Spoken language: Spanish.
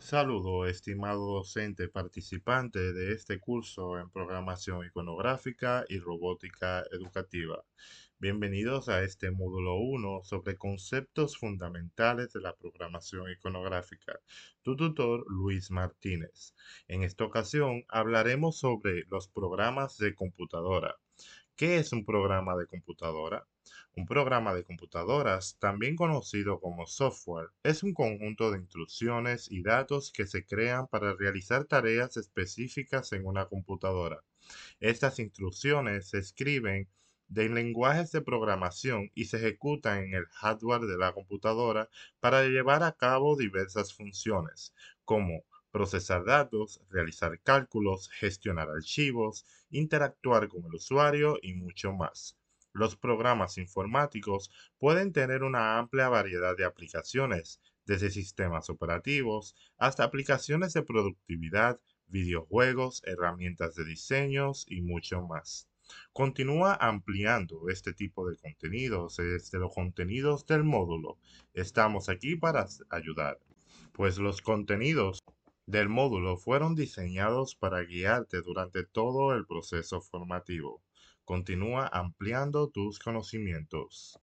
Saludo, estimado docente participante de este curso en programación iconográfica y robótica educativa. Bienvenidos a este módulo 1 sobre conceptos fundamentales de la programación iconográfica. Tu tutor, Luis Martínez. En esta ocasión hablaremos sobre los programas de computadora. ¿Qué es un programa de computadora? Un programa de computadoras, también conocido como software, es un conjunto de instrucciones y datos que se crean para realizar tareas específicas en una computadora. Estas instrucciones se escriben en lenguajes de programación y se ejecutan en el hardware de la computadora para llevar a cabo diversas funciones, como procesar datos, realizar cálculos, gestionar archivos, interactuar con el usuario y mucho más. Los programas informáticos pueden tener una amplia variedad de aplicaciones, desde sistemas operativos hasta aplicaciones de productividad, videojuegos, herramientas de diseños y mucho más. Continúa ampliando este tipo de contenidos desde los contenidos del módulo. Estamos aquí para ayudar, pues los contenidos del módulo fueron diseñados para guiarte durante todo el proceso formativo. Continúa ampliando tus conocimientos.